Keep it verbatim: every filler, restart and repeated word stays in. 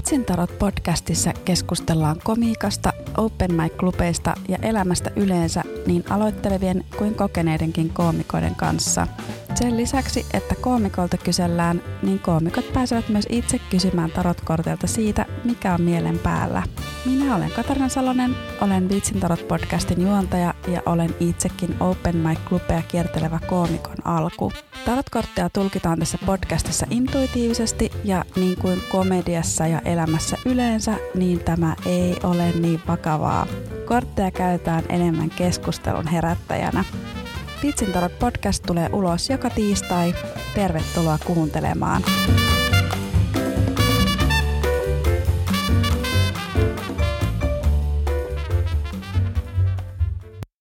Vitsin tarot podcastissa keskustellaan komiikasta, open mic-klubeista ja elämästä yleensä niin aloittelevien kuin kokeneidenkin koomikoiden kanssa. Sen lisäksi, että koomikolta kysellään, niin koomikot pääsevät myös itse kysymään tarotkorteilta siitä, mikä on mielen päällä. Minä olen Katarina Salonen, olen Vitsin tarot podcastin juontaja ja olen itsekin open mic-klubeja kiertelevä koomikon alku. Tarotkortteja tulkitaan tässä podcastissa intuitiivisesti ja niin kuin komediassa ja elämässä yleensä, niin tämä ei ole niin vakavaa. Kortteja käytetään enemmän keskustelun herättäjänä. Vitsin tarot podcast tulee ulos joka tiistai. Tervetuloa kuuntelemaan.